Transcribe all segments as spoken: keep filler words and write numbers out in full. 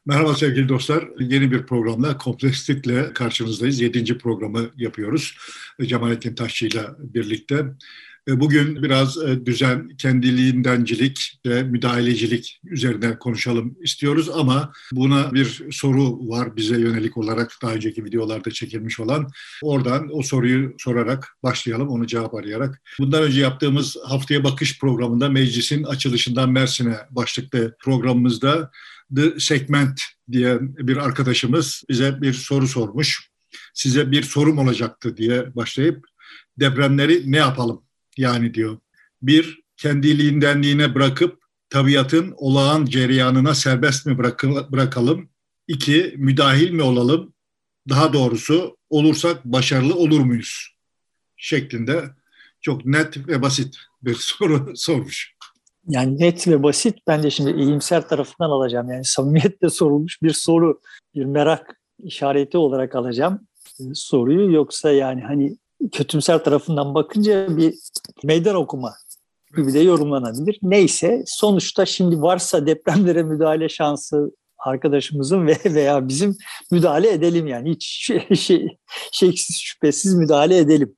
Merhaba sevgili dostlar. Yeni bir programla komplekslikle karşınızdayız. Yedinci programı yapıyoruz. Cemalettin Taşçı ile birlikte. Bugün biraz düzen, kendiliğindencilik ve müdahalecilik üzerine konuşalım istiyoruz ama buna bir soru var bize yönelik olarak daha önceki videolarda çekilmiş olan. Oradan o soruyu sorarak başlayalım, onu cevap arayarak. Bundan önce yaptığımız Haftaya Bakış programında meclisin açılışından Mersin'e başlıklı programımızda The Segment diye bir arkadaşımız bize bir soru sormuş. Size bir sorum olacaktı diye başlayıp depremleri ne yapalım? Yani diyor, bir, kendiliğindenliğine bırakıp tabiatın olağan cereyanına serbest mi bırakalım? İki, müdahil mi olalım? Daha doğrusu olursak başarılı olur muyuz? Şeklinde çok net ve basit bir soru sormuş. Yani net ve basit. Ben de şimdi iyimser tarafından alacağım. Yani samimiyetle sorulmuş bir soru, bir merak işareti olarak alacağım soruyu. Yoksa yani hani kötümser tarafından bakınca bir meydan okuma gibi de yorumlanabilir. Neyse, sonuçta şimdi varsa depremlere müdahale şansı arkadaşımızın ve veya bizim müdahale edelim yani hiç şey, şey, şeysiz şüphesiz müdahale edelim.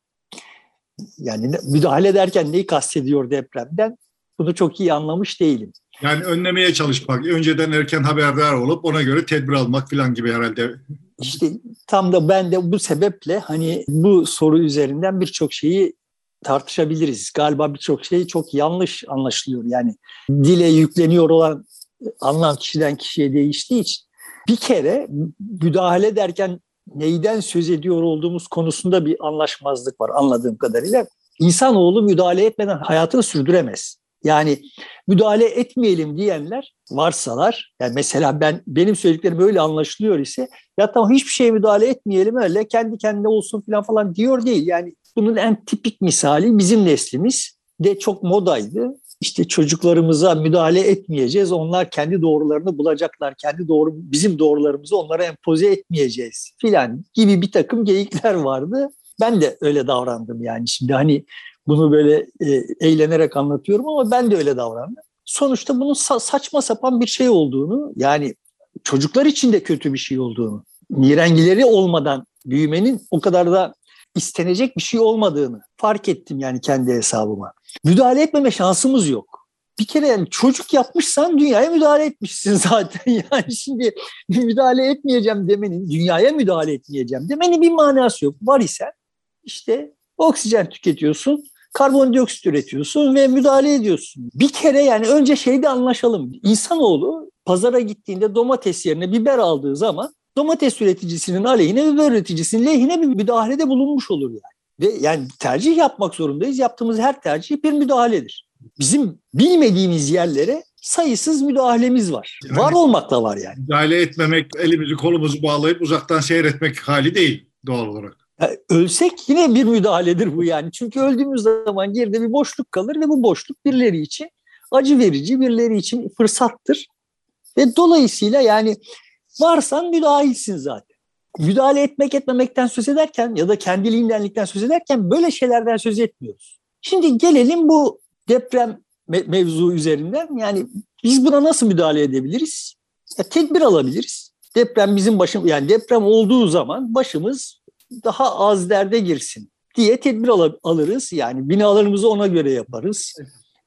Yani müdahale ederken neyi kastediyor depremden? Bunu çok iyi anlamış değilim. Yani önlemeye çalışmak, önceden erken haberdar olup ona göre tedbir almak falan gibi herhalde. İşte tam da ben de bu sebeple hani bu soru üzerinden birçok şeyi tartışabiliriz. Galiba birçok şey çok yanlış anlaşılıyor. Yani dile yükleniyor olan anlam kişiden kişiye değiştiği için bir kere müdahale derken neyden söz ediyor olduğumuz konusunda bir anlaşmazlık var anladığım kadarıyla. İnsanoğlu müdahale etmeden hayatını sürdüremez. Yani müdahale etmeyelim diyenler varsalar, yani mesela ben benim söylediklerim öyle anlaşılıyor ise ya tamam hiçbir şeye müdahale etmeyelim öyle kendi kendine olsun falan falan diyor değil. Yani bunun en tipik misali bizim neslimiz de çok modaydı. İşte çocuklarımıza müdahale etmeyeceğiz. Onlar kendi doğrularını bulacaklar. Kendi doğru bizim doğrularımızı onlara empoze etmeyeceğiz filan gibi bir takım geyikler vardı. Ben de öyle davrandım yani şimdi hani bunu böyle e, eğlenerek anlatıyorum ama ben de öyle davrandım. Sonuçta bunun sa- saçma sapan bir şey olduğunu, yani çocuklar için de kötü bir şey olduğunu, nirengileri olmadan büyümenin o kadar da istenecek bir şey olmadığını fark ettim yani kendi hesabıma. Müdahale etmeme şansımız yok. Bir kere yani çocuk yapmışsan dünyaya müdahale etmişsin zaten. Yani şimdi müdahale etmeyeceğim demenin, dünyaya müdahale etmeyeceğim demenin bir manası yok. Var ise işte oksijen tüketiyorsun, karbondioksit üretiyorsun ve müdahale ediyorsun. Bir kere yani önce şeyde anlaşalım. İnsanoğlu pazara gittiğinde domates yerine biber aldığı zaman domates üreticisinin aleyhine, biber üreticisinin lehine bir müdahalede bulunmuş olur yani. Ve yani tercih yapmak zorundayız. Yaptığımız her tercih bir müdahaledir. Bizim bilmediğimiz yerlere sayısız müdahalemiz var. Yani, var olmakla var yani. Müdahale etmemek, elimizi kolumuzu bağlayıp uzaktan seyretmek hali değil doğal olarak. Yani ölsek yine bir müdahaledir bu yani. Çünkü öldüğümüz zaman geride bir boşluk kalır ve bu boşluk birileri için acı verici, birileri için fırsattır. Ve dolayısıyla yani varsan müdahilsin zaten. Müdahale etmek etmemekten söz ederken ya da kendiliğindenlikten söz ederken böyle şeylerden söz etmiyoruz. Şimdi gelelim bu deprem me- mevzu üzerinden. Yani biz buna nasıl müdahale edebiliriz? Ya, tedbir alabiliriz. Deprem bizim başım, yani deprem olduğu zaman başımız daha az derde girsin diye tedbir al- alırız. Yani binalarımızı ona göre yaparız.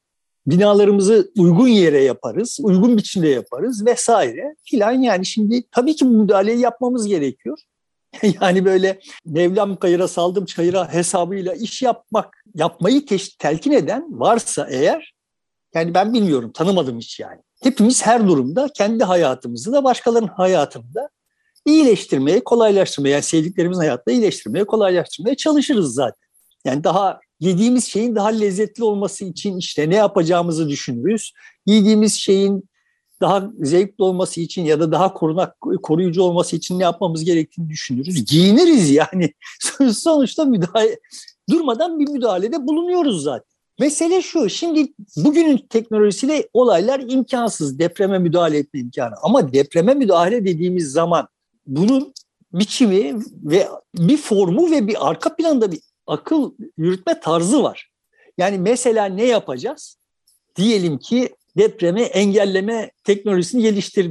Binalarımızı uygun yere yaparız, uygun biçimde yaparız vesaire filan. Yani şimdi tabii ki bu müdahaleyi yapmamız gerekiyor. Yani böyle Mevlam kayıra saldım çayıra hesabıyla iş yapmak, yapmayı teş- telkin eden varsa eğer, yani ben bilmiyorum, tanımadım hiç yani. Hepimiz her durumda kendi hayatımızı da başkalarının hayatını da iyileştirmeye, kolaylaştırmaya, yani sevdiklerimizin hayatını iyileştirmeye, kolaylaştırmaya çalışırız zaten. Yani daha yediğimiz şeyin daha lezzetli olması için işte ne yapacağımızı düşünürüz. Yediğimiz şeyin daha zevkli olması için ya da daha korunak, koruyucu olması için ne yapmamız gerektiğini düşünürüz. Giyiniriz yani. Sonuçta müdahale, durmadan bir müdahalede bulunuyoruz zaten. Mesele şu, şimdi bugünün teknolojisiyle olaylar imkansız. Depreme müdahale etme imkanı. Ama depreme müdahale dediğimiz zaman bunun biçimi ve bir formu ve bir arka planda bir akıl yürütme tarzı var. Yani mesela ne yapacağız? Diyelim ki depremi engelleme teknolojisini geliştirdik.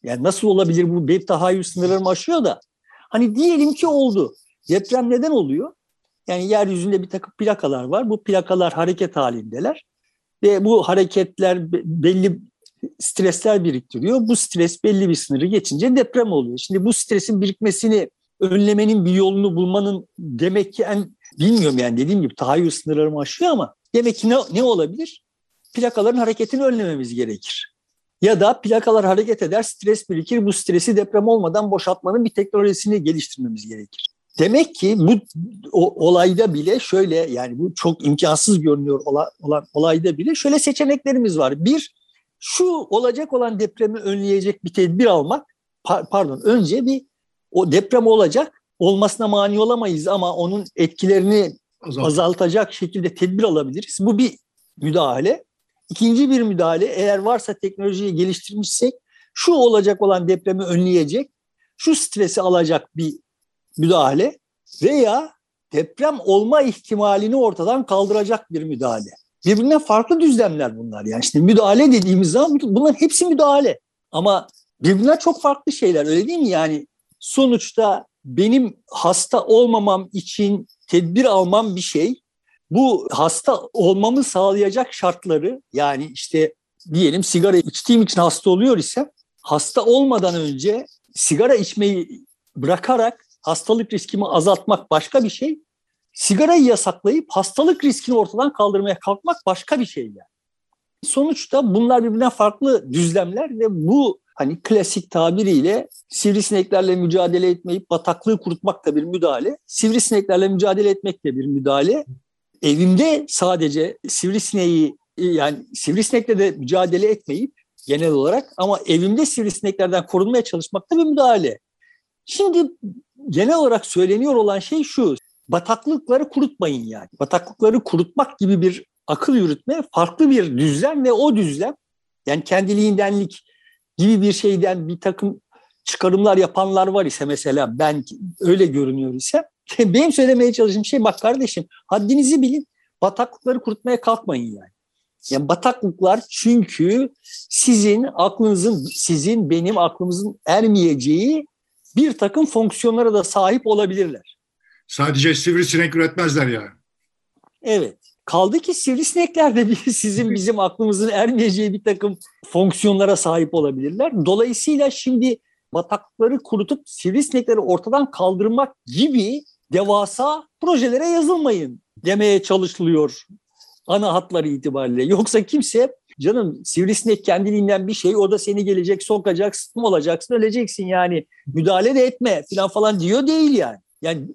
Yani nasıl olabilir bu, benim tahayyül sınırlarımı aşıyor da. Hani diyelim ki oldu. Deprem neden oluyor? Yani yeryüzünde bir takım plakalar var. Bu plakalar hareket halindeler. Ve bu hareketler belli stresler biriktiriyor. Bu stres belli bir sınırı geçince deprem oluyor. Şimdi bu stresin birikmesini önlemenin bir yolunu bulmanın demek ki en, bilmiyorum yani dediğim gibi tahayyül sınırlarımı aşıyor ama demek ki ne, ne olabilir? Plakaların hareketini önlememiz gerekir. Ya da plakalar hareket eder, stres birikir. Bu stresi deprem olmadan boşaltmanın bir teknolojisini geliştirmemiz gerekir. Demek ki bu o, olayda bile şöyle, yani bu çok imkansız görünüyor olan, olan olayda bile şöyle seçeneklerimiz var. Bir, şu olacak olan depremi önleyecek bir tedbir almak. Par, pardon, önce bir o deprem olacak, olmasına mani olamayız ama onun etkilerini Azalt. azaltacak şekilde tedbir alabiliriz. Bu bir müdahale. İkinci bir müdahale, eğer varsa teknolojiyi geliştirmişsek şu olacak olan depremi önleyecek, şu stresi alacak bir müdahale veya deprem olma ihtimalini ortadan kaldıracak bir müdahale. Birbirinden farklı düzlemler bunlar. Yani işte müdahale dediğimiz zaman bunların hepsi müdahale. Ama birbirinden çok farklı şeyler, öyle değil mi? Yani sonuçta benim hasta olmamam için tedbir almam bir şey. Bu hasta olmamı sağlayacak şartları, yani işte diyelim sigara içtiğim için hasta oluyor ise hasta olmadan önce sigara içmeyi bırakarak hastalık riskimi azaltmak başka bir şey. Sigarayı yasaklayıp hastalık riskini ortadan kaldırmaya kalkmak başka bir şey yani. Sonuçta bunlar birbirinden farklı düzlemler ve bu hani klasik tabiriyle sivrisineklerle mücadele etmeyip bataklığı kurutmak da bir müdahale. Sivrisineklerle mücadele etmek de bir müdahale. Evimde sadece sivrisineği, yani sivrisinekle de mücadele etmeyip genel olarak ama evimde sivrisineklerden korunmaya çalışmak da bir müdahale. Şimdi genel olarak söyleniyor olan şey şu: bataklıkları kurutmayın yani. Bataklıkları kurutmak gibi bir akıl yürütme farklı bir düzlem ve o düzlem yani kendiliğindenlik gibi bir şeyden bir takım çıkarımlar yapanlar var ise, mesela ben öyle görünüyor ise, benim söylemeye çalıştığım şey, bak kardeşim, haddinizi bilin, bataklıkları kurutmaya kalkmayın yani. Yani bataklıklar çünkü sizin aklınızın, sizin benim aklımızın ermeyeceği bir takım fonksiyonlara da sahip olabilirler. Sadece sivrisinek üretmezler yani. Evet. Kaldı ki sivrisinekler de sizin bizim aklımızın ermeyeceği bir takım fonksiyonlara sahip olabilirler. Dolayısıyla şimdi bataklıkları kurutup sivrisinekleri ortadan kaldırmak gibi devasa projelere yazılmayın demeye çalışılıyor ana hatları itibariyle. Yoksa kimse, canım sivrisinek kendiliğinden bir şey, o da seni gelecek, sokacak, sıtma olacaksın, öleceksin yani, müdahale de etme falan falan diyor değil yani. Yani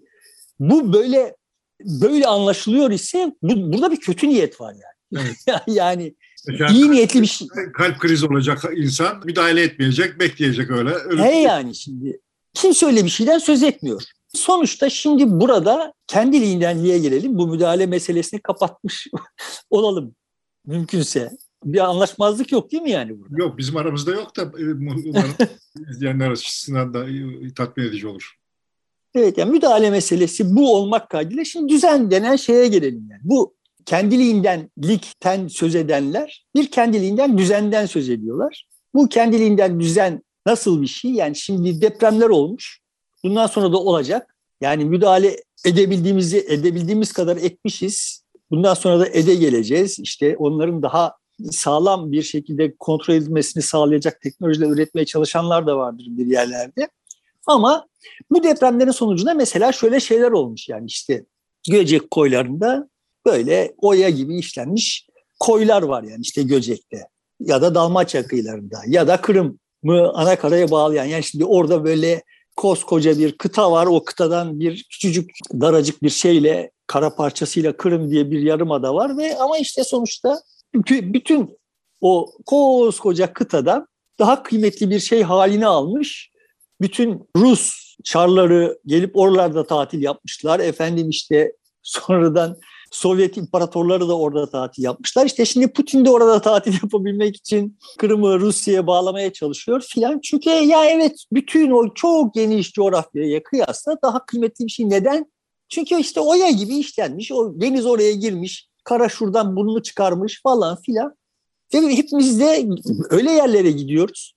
bu böyle böyle anlaşılıyor ise bu, burada bir kötü niyet var yani. Evet. Yani yani iyi niyetli bir şey. Kalp krizi olacak insan, müdahale etmeyecek, bekleyecek öyle. He yani şimdi kimse öyle bir şeyden söz etmiyor. Sonuçta şimdi burada kendiliğindenliğe gelelim. Bu müdahale meselesini kapatmış olalım mümkünse. Bir anlaşmazlık yok değil mi yani burada? Yok, bizim aramızda yok da umarım izleyenler açısından da tatmin edici olur. Evet, yani müdahale meselesi bu olmak kaydıyla şimdi düzen denen şeye gelelim yani. Bu kendiliğindenlikten söz edenler bir kendiliğinden düzenden söz ediyorlar. Bu kendiliğinden düzen nasıl bir şey? Yani şimdi depremler olmuş. Bundan sonra da olacak. Yani müdahale edebildiğimizi edebildiğimiz kadar etmişiz. Bundan sonra da ede geleceğiz. İşte onların daha sağlam bir şekilde kontrol edilmesini sağlayacak teknolojiler üretmeye çalışanlar da vardır bir yerlerde. Ama bu depremlerin sonucunda mesela şöyle şeyler olmuş, yani işte Göcek koylarında böyle oya gibi işlenmiş koylar var yani işte Göcek'te ya da Dalmaçya kıyılarında ya da Kırım'ı anakaraya bağlayan, yani şimdi orada böyle koskoca bir kıta var, o kıtadan bir küçücük daracık bir şeyle, kara parçasıyla Kırım diye bir yarımada var ve ama işte sonuçta bütün o koskoca kıtadan daha kıymetli bir şey halini almış. Bütün Rus çarları gelip oralarda tatil yapmışlar. Efendim işte sonradan Sovyet imparatorları da orada tatil yapmışlar. İşte şimdi Putin de orada tatil yapabilmek için Kırım'ı Rusya'ya bağlamaya çalışıyor filan. Çünkü ya evet, bütün o çok geniş coğrafyaya kıyasla daha kıymetli bir şey. Neden? Çünkü işte oya gibi işlenmiş. O deniz oraya girmiş. Kara şuradan burnunu çıkarmış falan filan. Ve hepimiz de öyle yerlere gidiyoruz.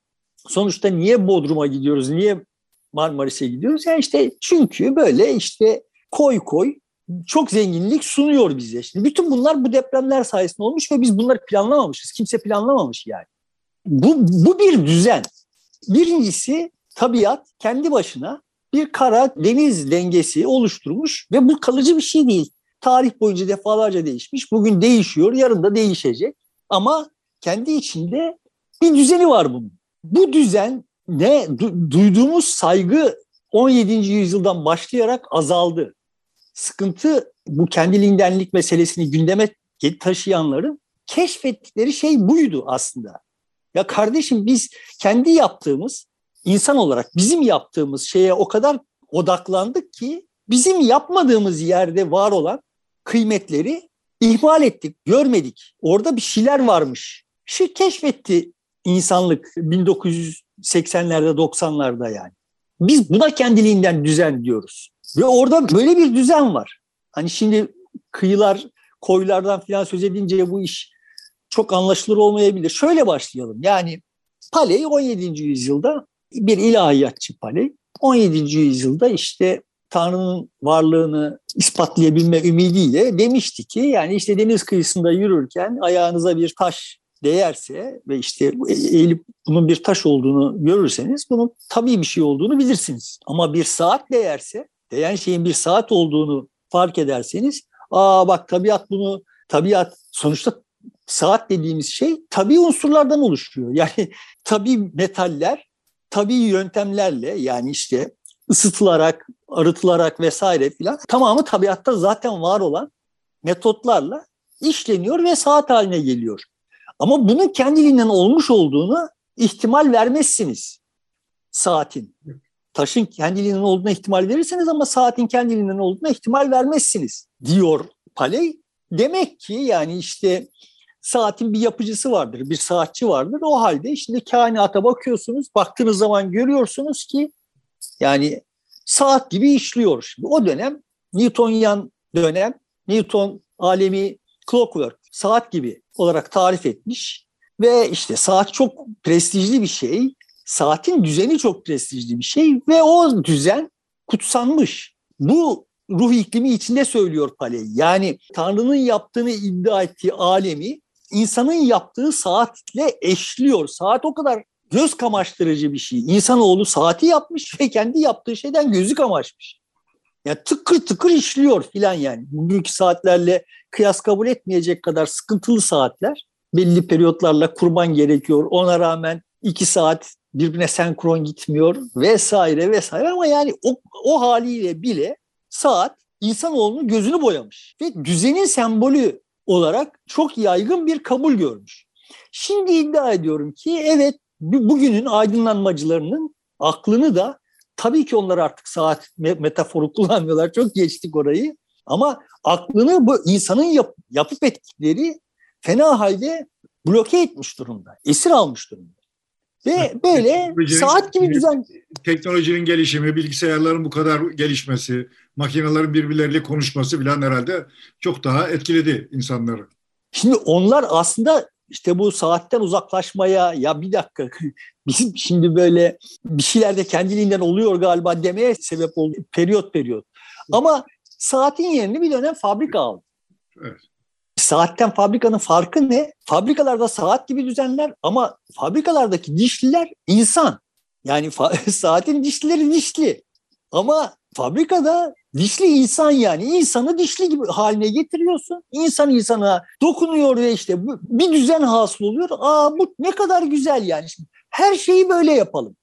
Sonuçta niye Bodrum'a gidiyoruz, niye Marmaris'e gidiyoruz? Yani işte çünkü böyle işte koy koy çok zenginlik sunuyor bize. Şimdi bütün bunlar bu depremler sayesinde olmuş ve biz bunları planlamamışız. Kimse planlamamış yani. Bu, bu bir düzen. Birincisi tabiat kendi başına bir kara deniz dengesi oluşturmuş ve bu kalıcı bir şey değil. Tarih boyunca defalarca değişmiş. Bugün değişiyor, yarın da değişecek. Ama kendi içinde bir düzeni var bunun. Bu düzen ne? Du- duyduğumuz saygı on yedinci yüzyıldan başlayarak azaldı. Sıkıntı bu kendiliğindenlik meselesini gündeme taşıyanların keşfettikleri şey buydu aslında. Ya kardeşim biz kendi yaptığımız, insan olarak bizim yaptığımız şeye o kadar odaklandık ki bizim yapmadığımız yerde var olan kıymetleri ihmal ettik, görmedik. Orada bir şeyler varmış. Bir şey keşfetti insanlık bin dokuz yüz seksenlerde doksanlarda yani. Biz buna kendiliğinden düzen diyoruz. Ve orada böyle bir düzen var. Hani şimdi kıyılar, koylardan falan söz edince bu iş çok anlaşılır olmayabilir. Şöyle başlayalım. Yani Paley on yedinci yüzyılda bir ilahiyatçı Paley. on yedinci yüzyılda işte Tanrı'nın varlığını ispatlayabilme ümidiyle demişti ki yani işte deniz kıyısında yürürken ayağınıza bir taş değerse ve işte eğilip bunun bir taş olduğunu görürseniz bunun tabii bir şey olduğunu bilirsiniz. Ama bir saat değerse, değen şeyin bir saat olduğunu fark ederseniz aa bak tabiat bunu, tabiat sonuçta saat dediğimiz şey tabii unsurlardan oluşuyor. Yani tabii metaller, tabii yöntemlerle yani işte ısıtılarak, arıtılarak vesaire filan tamamı tabiatta zaten var olan metotlarla işleniyor ve saat haline geliyor. Ama bunun kendiliğinden olmuş olduğunu ihtimal vermezsiniz saatin. Taşın kendiliğinden olduğuna ihtimal verirsiniz ama saatin kendiliğinden olduğuna ihtimal vermezsiniz diyor Paley. Demek ki yani işte saatin bir yapıcısı vardır, bir saatçi vardır. O halde şimdi kainata bakıyorsunuz, baktığınız zaman görüyorsunuz ki yani saat gibi işliyor. Şimdi o dönem Newtonian dönem, Newton alemi clockwork, saat gibi olarak tarif etmiş ve işte saat çok prestijli bir şey. Saatin düzeni çok prestijli bir şey ve o düzen kutsanmış. Bu ruh iklimi içinde söylüyor Paley. Yani Tanrı'nın yaptığını iddia ettiği alemi insanın yaptığı saatle eşliyor. Saat o kadar göz kamaştırıcı bir şey. İnsanoğlu saati yapmış ve kendi yaptığı şeyden gözü kamaşmış. Yani tıkır tıkır işliyor filan yani. Bugünkü saatlerle kıyas kabul etmeyecek kadar sıkıntılı saatler. Belli periyotlarla kurban gerekiyor. Ona rağmen iki saat birbirine senkron gitmiyor vesaire vesaire. Ama yani o, o haliyle bile saat insanoğlunun gözünü boyamış. Ve düzenin sembolü olarak çok yaygın bir kabul görmüş. Şimdi iddia ediyorum ki evet bugünün aydınlanmacılarının aklını da tabii ki onlar artık saat metaforu kullanmıyorlar. Çok geçtik orayı. Ama aklını bu insanın yap, yapıp ettikleri fena halde bloke etmiş durumda. Esir almış durumda. Ve böyle saat gibi düzen... Teknolojinin gelişimi, bilgisayarların bu kadar gelişmesi, makinelerin birbirleriyle konuşması falan herhalde çok daha etkiledi insanları. Şimdi onlar aslında işte bu saatten uzaklaşmaya ya bir dakika bizim şimdi böyle bir şeyler de kendiliğinden oluyor galiba demeye sebep oldu periyot periyot. Ama saatin yerini bir dönem fabrika aldı. Evet. Saatten fabrikanın farkı ne? Fabrikalarda saat gibi düzenler ama fabrikalardaki dişliler insan. Yani fa- saatin dişlileri dişli. Ama fabrikada dişli insan yani. İnsanı dişli gibi haline getiriyorsun. İnsan insana dokunuyor ve işte bir düzen hasıl oluyor. Aa bu ne kadar güzel yani. Şimdi her şeyi böyle yapalım.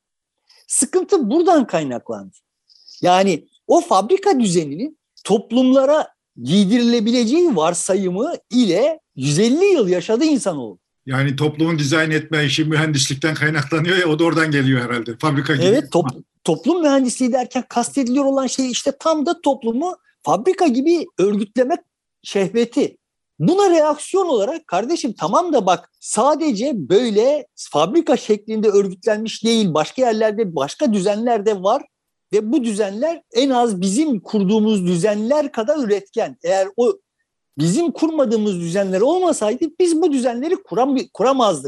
Sıkıntı buradan kaynaklandı. Yani o fabrika düzeninin toplumlara giydirilebileceği varsayımı ile yüz elli yıl yaşadı insanoğlu. Yani toplumun dizayn etme işi mühendislikten kaynaklanıyor ya o da oradan geliyor herhalde. Fabrika gibi. Evet top, toplum mühendisliği derken kastediliyor olan şey işte tam da toplumu fabrika gibi örgütlemek şehveti. Buna reaksiyon olarak kardeşim tamam da bak sadece böyle fabrika şeklinde örgütlenmiş değil başka yerlerde başka düzenler de var. Ve bu düzenler en az bizim kurduğumuz düzenler kadar üretken. Eğer o bizim kurmadığımız düzenler olmasaydı biz bu düzenleri kuram- kuramazdık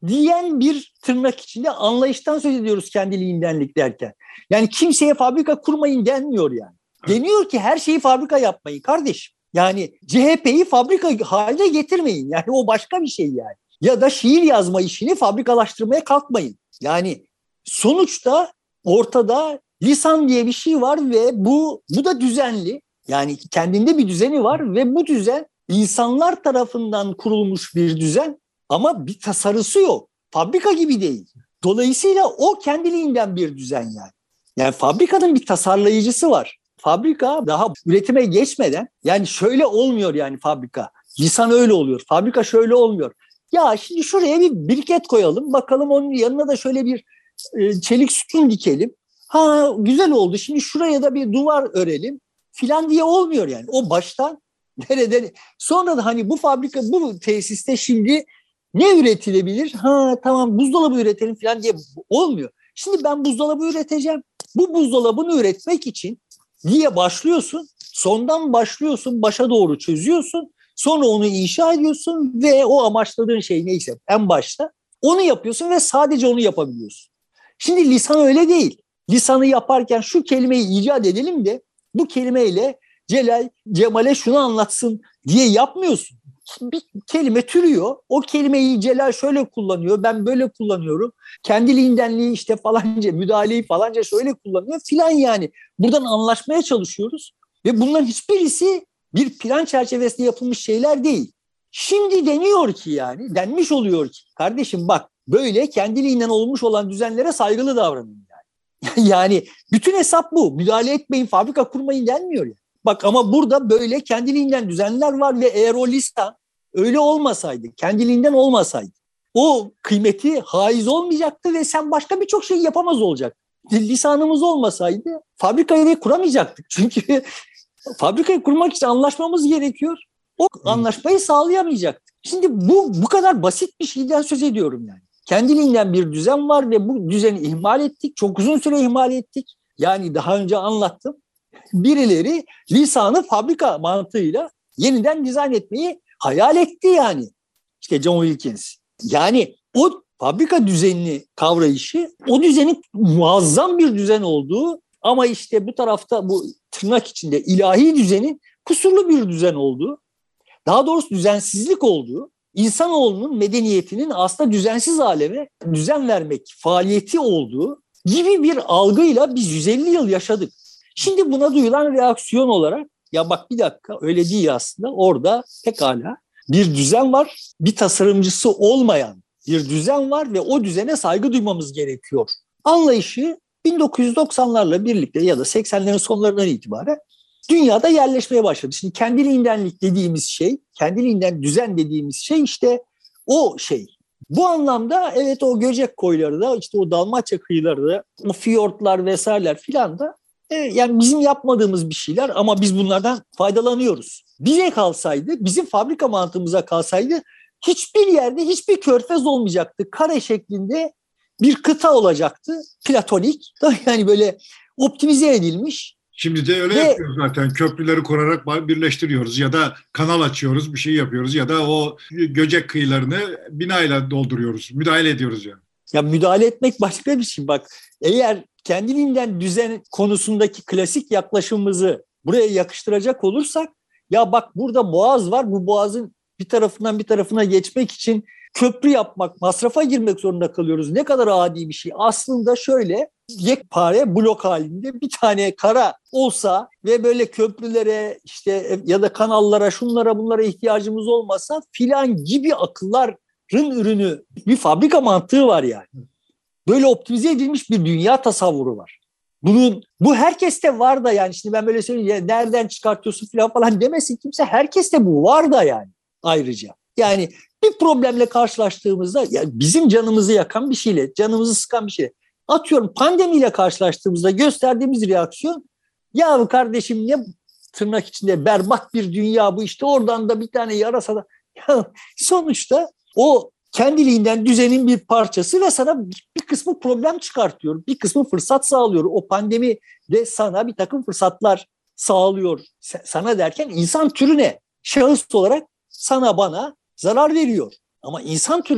diyen bir tırnak içinde anlayıştan söz ediyoruz kendiliğindenlik derken. Yani kimseye fabrika kurmayın denmiyor yani. Deniyor ki her şeyi fabrika yapmayın kardeşim. Yani C H P'yi fabrika haline getirmeyin. Yani o başka bir şey yani. Ya da şiir yazma işini fabrikalaştırmaya kalkmayın. Yani sonuçta ortada lisan diye bir şey var ve bu bu da düzenli. Yani kendinde bir düzeni var ve bu düzen insanlar tarafından kurulmuş bir düzen ama bir tasarısı yok. Fabrika gibi değil. Dolayısıyla o kendiliğinden bir düzen yani. Yani fabrikanın bir tasarlayıcısı var. Fabrika daha üretime geçmeden yani şöyle olmuyor yani fabrika. Lisan öyle oluyor. Fabrika şöyle olmuyor. Ya şimdi şuraya bir biriket koyalım. Bakalım onun yanına da şöyle bir e, çelik sütun dikelim. Ha güzel oldu. Şimdi şuraya da bir duvar örelim filan diye olmuyor yani. O baştan nereden sonra da hani bu fabrika bu tesiste şimdi ne üretilebilir? Ha tamam buzdolabı üretelim filan diye olmuyor. Şimdi ben buzdolabı üreteceğim. Bu buzdolabını üretmek için diye başlıyorsun. Sondan başlıyorsun, başa doğru çözüyorsun. Sonra onu inşa ediyorsun ve o amaçladığın şey neyse en başta onu yapıyorsun ve sadece onu yapabiliyorsun. Şimdi lisan öyle değil. Lisanı yaparken şu kelimeyi icat edelim de bu kelimeyle Celal Cemal'e şunu anlatsın diye yapmıyorsun. Bir kelime türüyor. O kelimeyi Celal şöyle kullanıyor, ben böyle kullanıyorum. Kendiliğindenliği işte falanca, müdahaleyi falanca şöyle kullanıyor filan yani. Buradan anlaşmaya çalışıyoruz ve bunların hiçbirisi bir plan çerçevesinde yapılmış şeyler değil. Şimdi deniyor ki yani, denmiş oluyor ki kardeşim bak böyle kendiliğinden olmuş olan düzenlere saygılı davranın yani. Yani bütün hesap bu. Müdahale etmeyin, fabrika kurmayın denmiyor yani. Bak ama burada böyle kendiliğinden düzenler var ve eğer o lisan öyle olmasaydı, kendiliğinden olmasaydı o kıymeti haiz olmayacaktı ve sen başka birçok şey yapamaz olacaktın. Lisanımız olmasaydı fabrikayı da kuramayacaktık. Çünkü fabrikayı kurmak için anlaşmamız gerekiyor. O anlaşmayı sağlayamayacaktık. Şimdi bu bu kadar basit bir şeyden söz ediyorum yani. Kendiliğinden bir düzen var ve bu düzeni ihmal ettik. Çok uzun süre ihmal ettik. Yani daha önce anlattım. Birileri lisanı fabrika mantığıyla yeniden dizayn etmeyi hayal etti yani. İşte John Wilkins. Yani o fabrika düzenini kavrayışı, o düzenin muazzam bir düzen olduğu ama işte bu tarafta bu tırnak içinde ilahi düzenin kusurlu bir düzen olduğu, daha doğrusu düzensizlik olduğu, insanoğlunun medeniyetinin aslında düzensiz aleme düzen vermek faaliyeti olduğu gibi bir algıyla biz yüz elli yıl yaşadık. Şimdi buna duyulan reaksiyon olarak ya bak bir dakika öyle değil aslında orada pekala bir düzen var, bir tasarımcısı olmayan bir düzen var ve o düzene saygı duymamız gerekiyor. Anlayışı bin dokuz yüz doksanlarla birlikte ya da seksenlerin sonlarından itibaren dünyada yerleşmeye başladı. Şimdi kendiliğindenlik dediğimiz şey, kendiliğinden düzen dediğimiz şey işte o şey. Bu anlamda evet o Göcek koyları da işte o Dalmaçya kıyıları da o fiyortlar vesaireler filan da evet, yani bizim yapmadığımız bir şeyler ama biz bunlardan faydalanıyoruz. Bize kalsaydı, bizim fabrika mantığımıza kalsaydı hiçbir yerde hiçbir körfez olmayacaktı. Kare şeklinde bir kıta olacaktı. Platonik. Yani böyle optimize edilmiş. Şimdi de öyle Ve, yapıyoruz zaten. Köprüleri kurarak birleştiriyoruz ya da kanal açıyoruz, bir şey yapıyoruz ya da o Göcek kıyılarını binayla dolduruyoruz. Müdahale ediyoruz yani. Ya müdahale etmek başka bir şey. Bak eğer kendiliğinden düzen konusundaki klasik yaklaşımımızı buraya yakıştıracak olursak ya bak burada boğaz var. Bu boğazın bir tarafından bir tarafına geçmek için köprü yapmak, masrafa girmek zorunda kalıyoruz. Ne kadar adi bir şey. Aslında şöyle yekpare blok halinde bir tane kara olsa ve böyle köprülere işte ya da kanallara şunlara bunlara ihtiyacımız olmasa filan gibi akılların ürünü bir fabrika mantığı var yani. Böyle optimize edilmiş bir dünya tasavvuru var. Bunun bu herkeste var da yani şimdi ben böyle söyleyeyim ya nereden çıkartıyorsun falan falan demesin kimse herkeste bu var da yani ayrıca. Yani bir problemle karşılaştığımızda yani bizim canımızı yakan bir şeyle, canımızı sıkan bir şeyle atıyorum pandemiyle karşılaştığımızda gösterdiğimiz reaksiyon ya kardeşim ne tırnak içinde berbat bir dünya bu işte oradan da bir tane yarasa da ya sonuçta o kendiliğinden düzenin bir parçası ve sana bir kısmı problem çıkartıyor. Bir kısmı fırsat sağlıyor. O pandemi de sana bir takım fırsatlar sağlıyor. Sana derken insan türüne şahıs olarak sana bana zarar veriyor. Ama insan türüne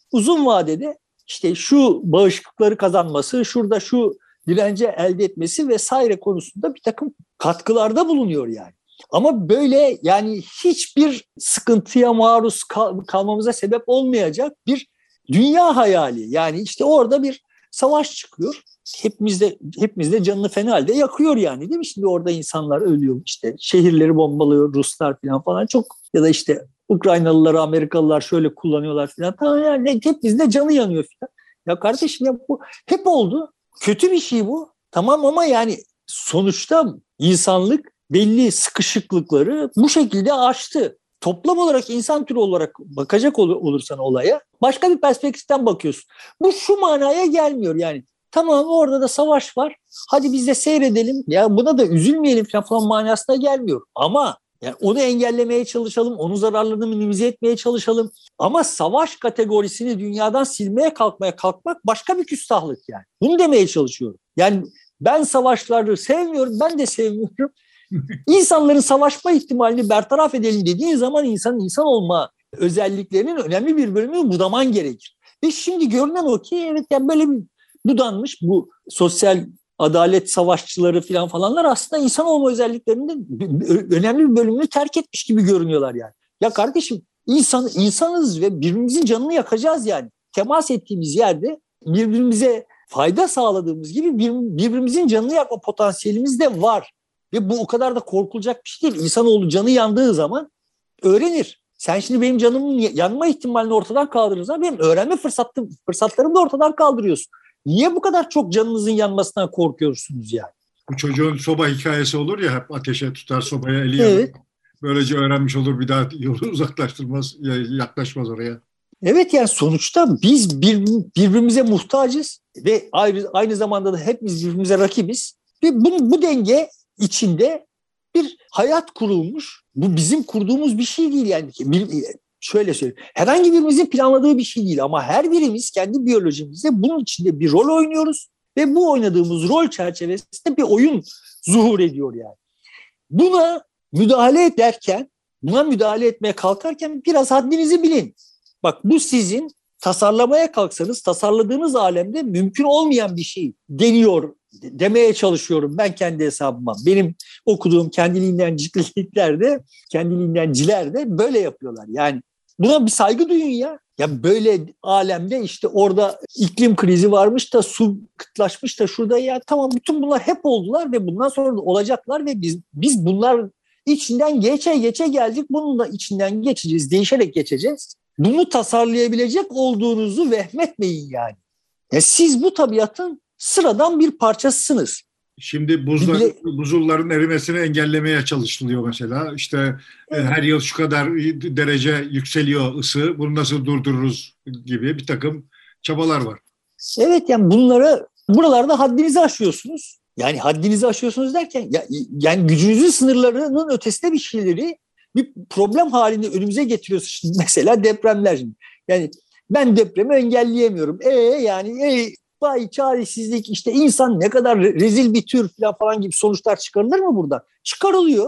uzun vadede işte şu bağışıklıkları kazanması, şurada şu direnci elde etmesi vesaire konusunda bir takım katkılarda bulunuyor yani. Ama böyle yani hiçbir sıkıntıya maruz kal- kalmamıza sebep olmayacak bir dünya hayali. Yani işte orada bir savaş çıkıyor. Hepimizde hepimizde canını fena halde yakıyor yani, değil mi? Şimdi orada insanlar ölüyor, işte şehirleri bombalıyor Ruslar falan falan, çok, ya da işte Ukraynalılar, Amerikalılar şöyle kullanıyorlar falan. Tamam yani, hepimizde canı yanıyor falan. Ya kardeşim, ya bu hep oldu. Kötü bir şey bu. Tamam ama yani sonuçta insanlık belli sıkışıklıkları bu şekilde aştı. Toplam olarak, insan türü olarak bakacak ol- olursan olaya, başka bir perspektiften bakıyorsun. Bu şu manaya gelmiyor yani. Tamam, orada da savaş var. Hadi biz de seyredelim. Ya buna da üzülmeyelim falan, falan manasına gelmiyor. Ama yani onu engellemeye çalışalım, onun zararlarını minimize etmeye çalışalım. Ama savaş kategorisini dünyadan silmeye kalkmaya kalkmak başka bir küstahlık yani. Bunu demeye çalışıyorum. Yani ben savaşları sevmiyorum, ben de sevmiyorum. İnsanların savaşma ihtimalini bertaraf edelim dediğin zaman insanın insan olma özelliklerinin önemli bir bölümünü budaman gerekir. Ve şimdi görünen o ki evet, yani böyle bir budanmış bu sosyal adalet savaşçıları falan falanlar aslında insan olma özelliklerinin önemli bir bölümünü terk etmiş gibi görünüyorlar yani. Ya kardeşim, insan insanız ve birbirimizin canını yakacağız yani. Temas ettiğimiz yerde birbirimize fayda sağladığımız gibi birbirimizin canını yakma potansiyelimiz de var. Ve bu o kadar da korkulacak bir şey değil. İnsanoğlu canı yandığı zaman öğrenir. Sen şimdi benim canımın yanma ihtimalini ortadan kaldırırsan benim öğrenme fırsatım, fırsatlarımı da ortadan kaldırıyorsun. Niye bu kadar çok canınızın yanmasından korkuyorsunuz yani? Bu çocuğun soba hikayesi olur ya, hep ateşe tutar sobaya, eli yanar. Evet. Böylece öğrenmiş olur, bir daha yolu uzaklaştırmaz, yaklaşmaz oraya. Evet, yani sonuçta biz bir, birbirimize muhtacız ve aynı, aynı zamanda da hepimiz birbirimize rakibiz. Ve bu, bu denge içinde bir hayat kurulmuş. Bu bizim kurduğumuz bir şey değil yani. Bir, şöyle söyleyeyim. Herhangi birimizin planladığı bir şey değil ama her birimiz kendi biyolojimizde bunun içinde bir rol oynuyoruz ve bu oynadığımız rol çerçevesinde bir oyun zuhur ediyor yani. Buna müdahale ederken, buna müdahale etmeye kalkarken biraz haddinizi bilin. Bak, bu sizin tasarlamaya kalksanız tasarladığınız alemde mümkün olmayan bir şey deniyor demeye çalışıyorum ben kendi hesabıma. Benim okuduğum kendiliğindencilikler de, kendiliğindenciler de böyle yapıyorlar. Yani buna bir saygı duyun ya. Ya böyle alemde işte orada iklim krizi varmış da su kıtlaşmış da şurada, ya tamam, bütün bunlar hep oldular ve bundan sonra da olacaklar ve biz biz bunlar içinden geçe geçe geldik. Bunun da içinden geçeceğiz, değişerek geçeceğiz. Bunu tasarlayabilecek olduğunuzu vehmetmeyin yani. Ya siz bu tabiatın sıradan bir parçasısınız. Şimdi buzlar, Bile... buzulların erimesini engellemeye çalışılıyor mesela. İşte evet. Her yıl şu kadar derece yükseliyor ısı. Bunu nasıl durdururuz gibi bir takım çabalar var. Evet, yani bunları buralarda haddinizi aşıyorsunuz. Yani haddinizi aşıyorsunuz derken ya, yani gücünüzün sınırlarının ötesinde bir şeyleri bir problem halinde önümüze getiriyorsunuz. Şimdi mesela depremler. Yani ben depremi engelleyemiyorum. E yani e, vay çaresizlik, işte insan ne kadar rezil bir tür falan, falan gibi sonuçlar çıkarılır mı buradan? Çıkarılıyor.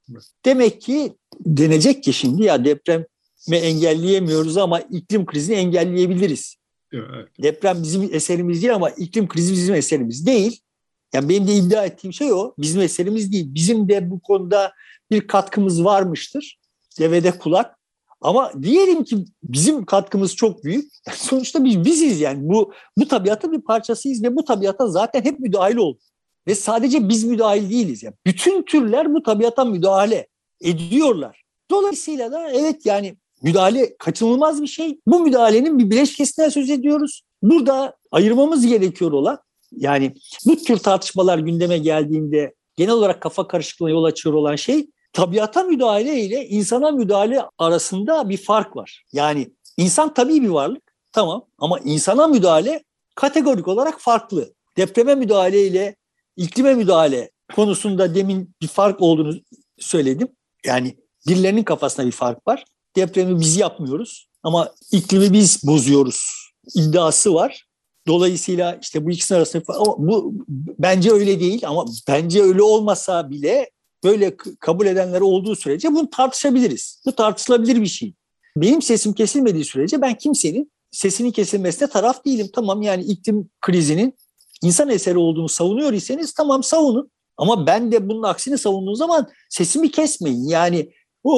Demek ki denecek ki şimdi ya depremi engelleyemiyoruz ama iklim krizini engelleyebiliriz. Evet. Deprem bizim eserimiz değil ama iklim krizi bizim eserimiz değil. Yani benim de iddia ettiğim şey o. Bizim eserimiz değil. Bizim de bu konuda bir katkımız varmıştır. Devede kulak. Ama diyelim ki bizim katkımız çok büyük. Sonuçta biz biziz yani. Bu bu tabiatın bir parçasıyız ve bu tabiata zaten hep müdahil olduk. Ve sadece biz müdahil değiliz. Yani bütün türler bu tabiata müdahale ediyorlar. Dolayısıyla da evet, yani müdahale kaçınılmaz bir şey. Bu müdahalenin bir bileşkesinden söz ediyoruz. Burada ayırmamız gerekiyor olan, yani bu tür tartışmalar gündeme geldiğinde genel olarak kafa karışıklığına yol açıyor olan şey, tabiata müdahale ile insana müdahale arasında bir fark var. Yani insan tabii bir varlık, tamam, ama insana müdahale kategorik olarak farklı. Depreme müdahale ile iklime müdahale konusunda demin bir fark olduğunu söyledim. Yani birilerinin kafasında bir fark var. Depremi biz yapmıyoruz ama iklimi biz bozuyoruz iddiası var. Dolayısıyla işte bu ikisinin arasında, ama bu bence öyle değil, ama bence öyle olmasa bile böyle kabul edenler olduğu sürece bunu tartışabiliriz. Bu tartışılabilir bir şey. Benim sesim kesilmediği sürece ben kimsenin sesinin kesilmesine taraf değilim. Tamam, yani iklim krizinin insan eseri olduğunu savunuyor iseniz tamam, savunun. Ama ben de bunun aksini savunduğum zaman sesimi kesmeyin. Yani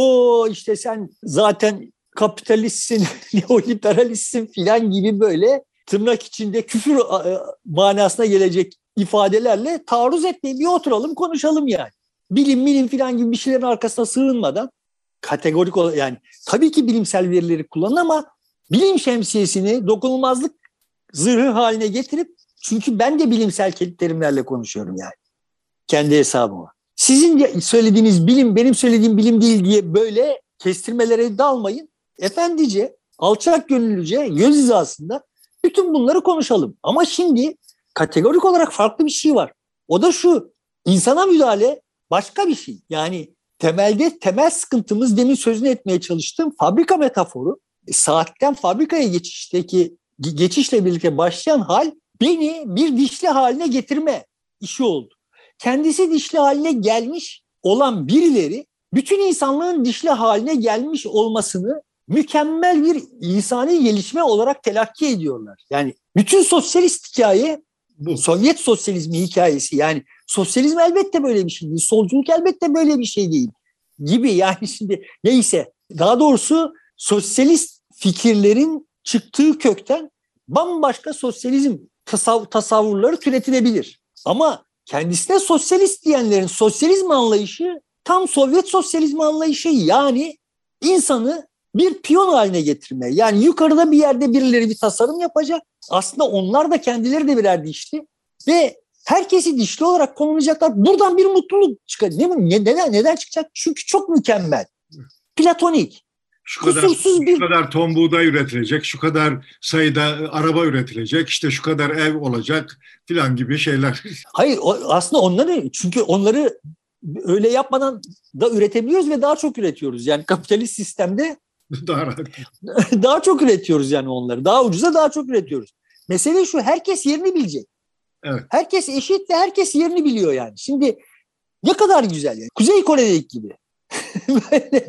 o işte sen zaten kapitalistsin, neoliberalistsin filan gibi böyle tırnak içinde küfür manasına gelecek ifadelerle taarruz etmeyin. Bir oturalım konuşalım yani. Bilim bilim filan gibi bir şeylerin arkasına sığınmadan kategorik olarak, yani tabii ki bilimsel verileri kullanın ama bilim şemsiyesini dokunulmazlık zırhı haline getirip, çünkü ben de bilimsel terimlerle konuşuyorum yani kendi hesabıma. Sizin söylediğiniz bilim benim söylediğim bilim değil diye böyle kestirmelere dalmayın. Efendice, alçak gönüllüce, göz hizasında bütün bunları konuşalım. Ama şimdi kategorik olarak farklı bir şey var. O da şu: insana müdahale başka bir şey. Yani temelde temel sıkıntımız, demin sözünü etmeye çalıştığım fabrika metaforu, saatten fabrikaya geçişteki geçişle birlikte başlayan hal beni bir dişli haline getirme işi oldu. Kendisi dişli haline gelmiş olan birileri bütün insanlığın dişli haline gelmiş olmasını mükemmel bir insani gelişme olarak telakki ediyorlar. Yani bütün sosyalist hikaye bu. Sovyet sosyalizmi hikayesi. Yani sosyalizm elbette böyle bir şey değil. Solculuk elbette böyle bir şey değil gibi. Yani şimdi neyse, daha doğrusu sosyalist fikirlerin çıktığı kökten bambaşka sosyalizm tasav- tasavvurları türetilebilir. Ama kendisine sosyalist diyenlerin sosyalizm anlayışı tam Sovyet sosyalizmi anlayışı, yani insanı bir piyon haline getirme. Yani yukarıda bir yerde birileri bir tasarım yapacak. Aslında onlar da kendileri de birer dişli ve herkesi dişli olarak konumlayacaklar. Buradan bir mutluluk çıkacak. Ne, neden, neden çıkacak? Çünkü çok mükemmel. Platonik. Şu kadar, kusursuz bir... şu kadar ton buğday üretilecek, şu kadar sayıda araba üretilecek, işte şu kadar ev olacak filan gibi şeyler. Hayır, o, aslında onları, çünkü onları öyle yapmadan da üretebiliyoruz ve daha çok üretiyoruz. Yani kapitalist sistemde daha rahat. daha çok üretiyoruz yani onları. Daha ucuza daha çok üretiyoruz. Mesele şu: herkes yerini bilecek. Evet. Herkes eşit ve herkes yerini biliyor yani. Şimdi ne kadar güzel yani. Kuzey Kore'deki gibi. Böyle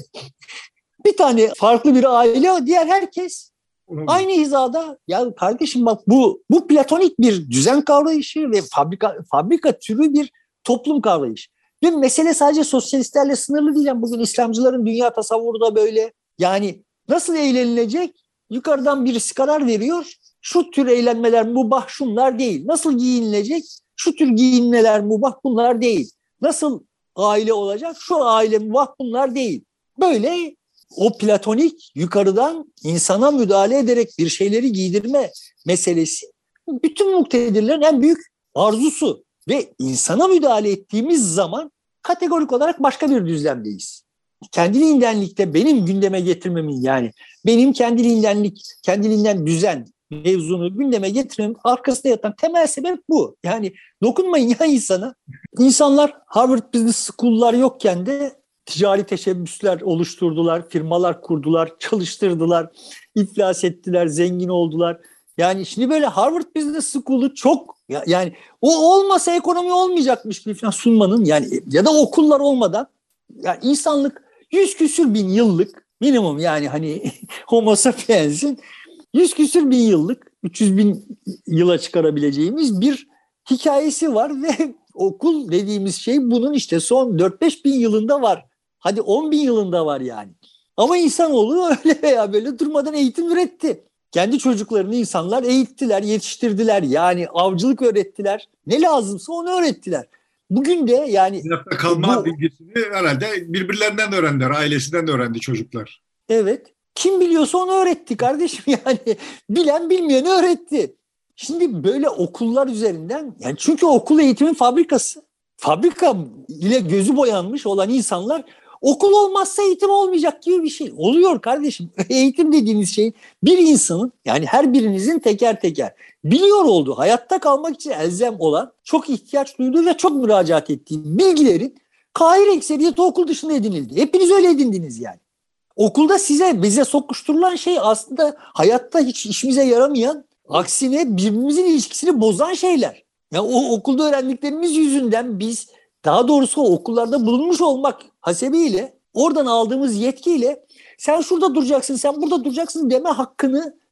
bir tane farklı bir aile, diğer herkes aynı hizada. Ya kardeşim bak, bu bu platonik bir düzen kavrayışı ve fabrika fabrika türü bir toplum kavrayışı. Ve mesele sadece sosyalistlerle sınırlı değil. Yani bugün İslamcıların dünya tasavvuru da böyle. Yani nasıl eğlenilecek? Yukarıdan birisi karar veriyor. Şu tür eğlenmeler mubah, şunlar değil. Nasıl giyinilecek? Şu tür giyinmeler mubah, bunlar değil. Nasıl aile olacak? Şu aile mubah, bunlar değil. Böyle o platonik yukarıdan insana müdahale ederek bir şeyleri giydirme meselesi bütün muktedirlerin en büyük arzusu. Ve insana müdahale ettiğimiz zaman kategorik olarak başka bir düzlemdeyiz. Kendiliğindenlikte benim gündeme getirmemin, yani benim kendiliğindenlik, kendiliğinden düzen mevzunu gündeme getirmemin arkasında yatan temel sebep bu. Yani dokunmayın ya insana. İnsanlar Harvard Business School'lar yokken de ticari teşebbüsler oluşturdular, firmalar kurdular, çalıştırdılar, iflas ettiler, zengin oldular. Yani şimdi böyle Harvard Business School'u çok, yani o olmasa ekonomi olmayacakmış gibi falan sunmanın, yani ya da okullar olmadan, yani insanlık yüz küsür bin yıllık minimum, yani hani Homo sapiens'in yüz küsür bin yıllık, üç yüz bin yıla çıkarabileceğimiz bir hikayesi var ve okul dediğimiz şey bunun işte son dört beş bin yılında var. Hadi on bin yılında var yani. Ama insanoğlu öyle veya böyle durmadan eğitim üretti. Kendi çocuklarını insanlar eğittiler, yetiştirdiler. Yani avcılık öğrettiler. Ne lazımsa onu öğrettiler. Bugün de yani... Hayatta kalma bu, bilgisini herhalde birbirlerinden öğrendiler, ailesinden de öğrendi çocuklar. Evet. Kim biliyorsa onu öğretti kardeşim yani. Bilen bilmeyeni öğretti. Şimdi böyle okullar üzerinden, yani çünkü okul eğitimin fabrikası. Fabrika ile gözü boyanmış olan insanlar, okul olmazsa eğitim olmayacak gibi bir şey. Oluyor kardeşim. Eğitim dediğiniz şey bir insanın, yani her birinizin teker teker biliyor olduğu, hayatta kalmak için elzem olan, çok ihtiyaç duyduğu ve çok müracaat ettiği bilgilerin kahir ekseriyeti okul dışında edinildi. Hepiniz öyle edindiniz yani. Okulda size, bize sokuşturulan şey aslında hayatta hiç işimize yaramayan, aksine birbirimizin ilişkisini bozan şeyler. Yani o okulda öğrendiklerimiz yüzünden biz, daha doğrusu o okullarda bulunmuş olmak hasebiyle, oradan aldığımız yetkiyle sen şurada duracaksın, sen burada duracaksın deme hakkını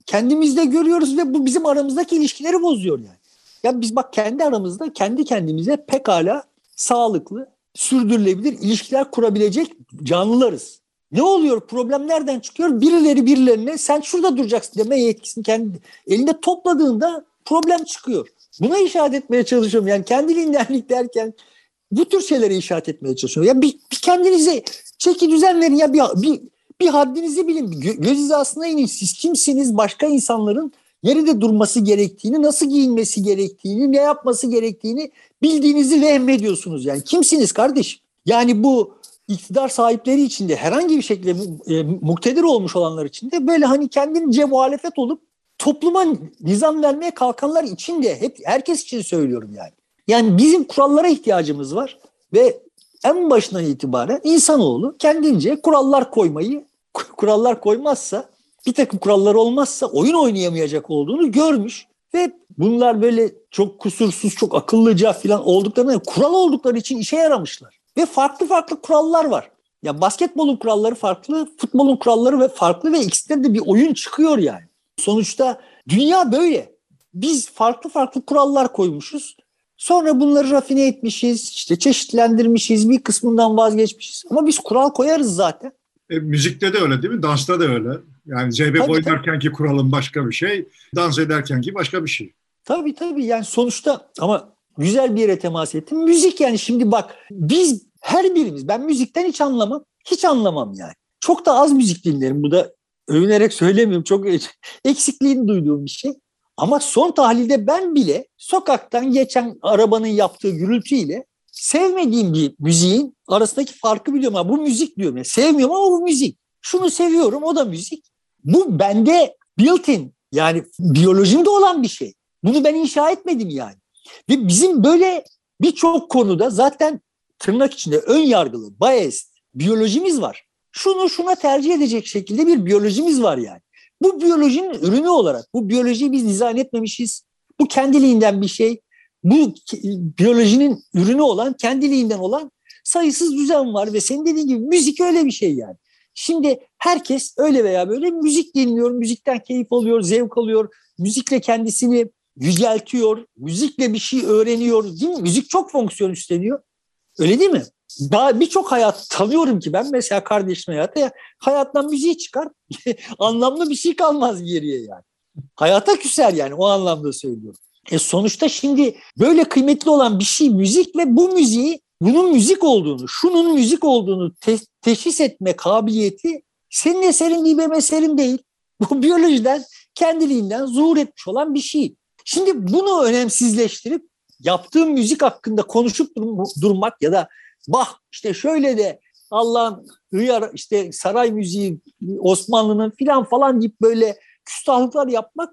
kendimizde görüyoruz ve bu bizim aramızdaki ilişkileri bozuyor yani. Ya biz bak kendi aramızda kendi kendimize pekala sağlıklı, sürdürülebilir ilişkiler kurabilecek canlılarız. Ne oluyor? Problem nereden çıkıyor? Birileri birilerine sen şurada duracaksın deme yetkisini kendi elinde topladığında problem çıkıyor. Buna işaret etmeye çalışıyorum. Yani kendiliğindenlik derken bu tür şeylere işaret etmeye çalışıyorum. Ya bir, bir kendinize çeki düzen verin ya bir, bir, bir haddinizi bilin. Gö- göz hizasına inin. Siz kimsiniz? Başka insanların nerede durması gerektiğini, nasıl giyinmesi gerektiğini, ne yapması gerektiğini bildiğinizi vehmediyorsunuz. Yani kimsiniz kardeşim? Yani bu iktidar sahipleri içinde herhangi bir şekilde e, muktedir olmuş olanlar içinde böyle hani kendince muhalefet olup topluma nizam vermeye kalkanlar için de hep herkes için söylüyorum yani. Yani bizim kurallara ihtiyacımız var ve en başından itibaren insanoğlu kendince kurallar koymayı, kurallar koymazsa, bir takım kurallar olmazsa oyun oynayamayacak olduğunu görmüş ve bunlar böyle çok kusursuz, çok akıllıca falan olduklarını, kural oldukları için işe yaramışlar. Ve farklı farklı kurallar var. Ya basketbolun kuralları farklı, futbolun kuralları ve farklı ve ikisinde de bir oyun çıkıyor yani. Sonuçta dünya böyle. Biz farklı farklı kurallar koymuşuz. Sonra bunları rafine etmişiz, işte çeşitlendirmişiz, bir kısmından vazgeçmişiz. Ama biz kural koyarız zaten. E, müzikte de öyle değil mi? Dansta da öyle. Yani zeybek Tabii, oynarkenki kuralın başka bir şey, dans ederkenki başka bir şey. Tabii tabii yani sonuçta ama güzel bir yere temas ettim. Müzik yani şimdi bak biz her birimiz ben müzikten hiç anlamam. Hiç anlamam yani. Çok da az müzik dinlerim. Bu da övünerek söylemiyorum. Çok eksikliğini duyduğum bir şey. Ama son tahlilde ben bile sokaktan geçen arabanın yaptığı gürültüyle sevmediğim bir müziğin arasındaki farkı biliyorum. Ha, bu müzik diyorum. Yani sevmiyorum ama bu müzik. Şunu seviyorum o da müzik. Bu bende built-in yani biyolojimde olan bir şey. Bunu ben inşa etmedim yani. Ve bizim böyle birçok konuda zaten tırnak içinde ön yargılı, biased biyolojimiz var. Şunu şuna tercih edecek şekilde bir biyolojimiz var yani. Bu biyolojinin ürünü olarak, bu biyolojiyi biz dizayn etmemişiz. Bu kendiliğinden bir şey. Bu biyolojinin ürünü olan, kendiliğinden olan sayısız düzen var ve senin dediğin gibi müzik öyle bir şey yani. Şimdi herkes öyle veya böyle müzik dinliyor, müzikten keyif alıyor, zevk alıyor, müzikle kendisini yüceltiyor, müzikle bir şey öğreniyor değil mi? Müzik çok fonksiyon üstleniyor. Öyle değil mi? Daha birçok hayat tanıyorum ki ben mesela kardeşim hayatı ya, hayattan müziği çıkar anlamlı bir şey kalmaz geriye yani. Hayata küser yani o anlamda söylüyorum. E sonuçta şimdi böyle kıymetli olan bir şey müzik ve bu müziği bunun müzik olduğunu, şunun müzik olduğunu te- teşhis etme kabiliyeti senin eserin değil benim eserim değil. Bu biyolojiden kendiliğinden zuhur etmiş olan bir şey. Şimdi bunu önemsizleştirip yaptığım müzik hakkında konuşup dur- durmak ya da bah işte şöyle de Allah'ın hıyar işte saray müziği Osmanlı'nın filan falan deyip böyle küstahlıklar yapmak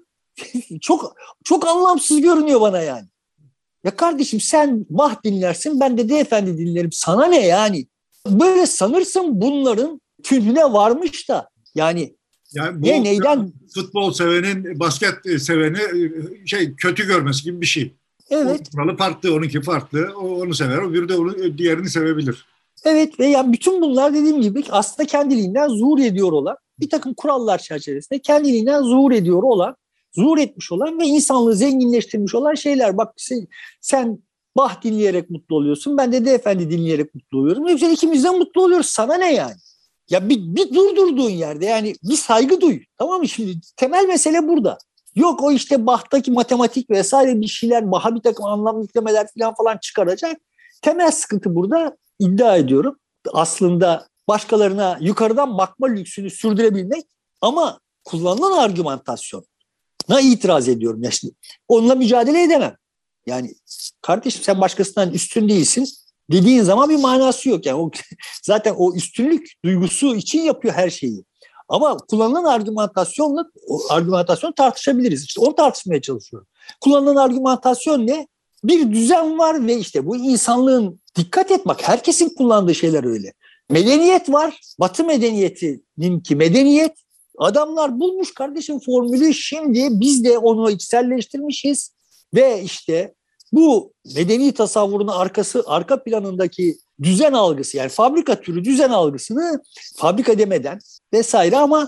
çok çok anlamsız görünüyor bana yani. Ya kardeşim sen bah dinlersin ben de de efendi dinlerim. Sana ne yani? Böyle sanırsın bunların tününe varmış da yani Yani bu ne neyden? futbol sevenin basket seveni şey kötü görmesi gibi bir şey. Evet. O kuralı farklı, onunki farklı. O onu sever, o biri de onu diğerini sevebilir. Evet ve yani bütün bunlar dediğim gibi aslında kendiliğinden zuhur ediyor olan bir takım kurallar çerçevesinde kendiliğinden zuhur ediyor olan, zuhur etmiş olan ve insanlığı zenginleştirmiş olan şeyler. Bak sen, sen bah dinleyerek mutlu oluyorsun, ben de de efendi dinleyerek mutlu oluyorum. Ne güzel ikimiz de mutlu oluyoruz. Sana ne yani? Ya bir, bir durdurduğun yerde yani bir saygı duy. Tamam mı? Şimdi temel mesele burada. Yok o işte Bach'taki matematik vesaire bir şeyler, Bach'a bir takım anlam yüklemeler falan falan çıkaracak. Temel sıkıntı burada iddia ediyorum. Aslında başkalarına yukarıdan bakma lüksünü sürdürebilmek ama kullanılan argümantasyona itiraz ediyorum. Ya şimdi onunla mücadele edemem. Yani kardeşim sen başkasından üstün değilsin dediğin zaman bir manası yok. Yani o, zaten o üstünlük duygusu için yapıyor her şeyi. Ama kullanılan argümantasyonla o argümantasyonu tartışabiliriz. İşte onu tartışmaya çalışıyorum. Kullanılan argümantasyon ne? Bir düzen var ve işte bu insanlığın dikkat et bak herkesin kullandığı şeyler öyle. Medeniyet var. Batı medeniyetinin ki medeniyet adamlar bulmuş kardeşim formülü şimdi biz de onu içselleştirmişiz ve işte bu medeni tasavvurun arkası arka planındaki düzen algısı yani fabrika türü düzen algısını fabrika demeden vesaire ama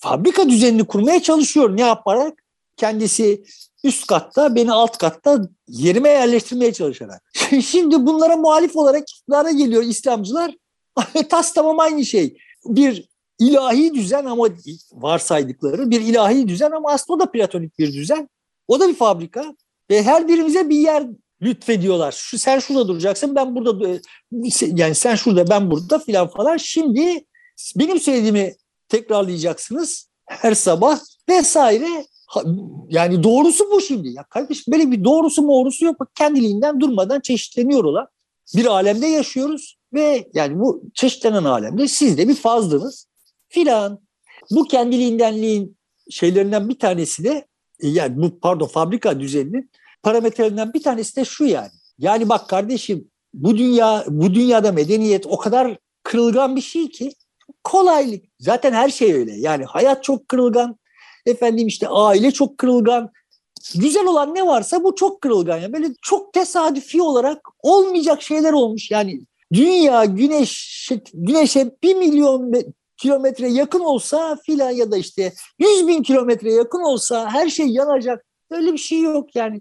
fabrika düzenini kurmaya çalışıyor. Ne yaparak? Kendisi üst katta, beni alt katta yerime yerleştirmeye çalışarak. Şimdi bunlara muhalif olarak iktidara geliyor İslamcılar. Tas tamam aynı şey. Bir ilahi düzen ama varsaydıkları bir ilahi düzen ama aslında o da platonik bir düzen. O da bir fabrika ve her birimize bir yer lütfediyorlar. Şu, sen şurada duracaksın, ben burada, yani sen şurada, ben burada filan falan. Şimdi benim söylediğimi tekrarlayacaksınız her sabah vesaire. Yani doğrusu bu şimdi. Ya kardeşim, böyle bir doğrusu moğrusu yok. Kendiliğinden durmadan çeşitleniyor olan bir alemde yaşıyoruz ve yani bu çeşitlenen alemde siz de bir fazdınız filan. Bu kendiliğindenliğin şeylerinden bir tanesi de, yani bu pardon fabrika düzeninin parametrelerinden bir tanesi de şu yani. Yani bak kardeşim, bu dünya bu dünyada medeniyet o kadar kırılgan bir şey ki kolaylık. Zaten her şey öyle. Yani hayat çok kırılgan. Efendim işte aile çok kırılgan. Güzel olan ne varsa bu çok kırılgan. Yani böyle çok tesadüfi olarak olmayacak şeyler olmuş. Yani dünya güneş güneşe bir milyon kilometre yakın olsa filan ya da işte yüz bin kilometre yakın olsa her şey yanacak. Öyle bir şey yok yani.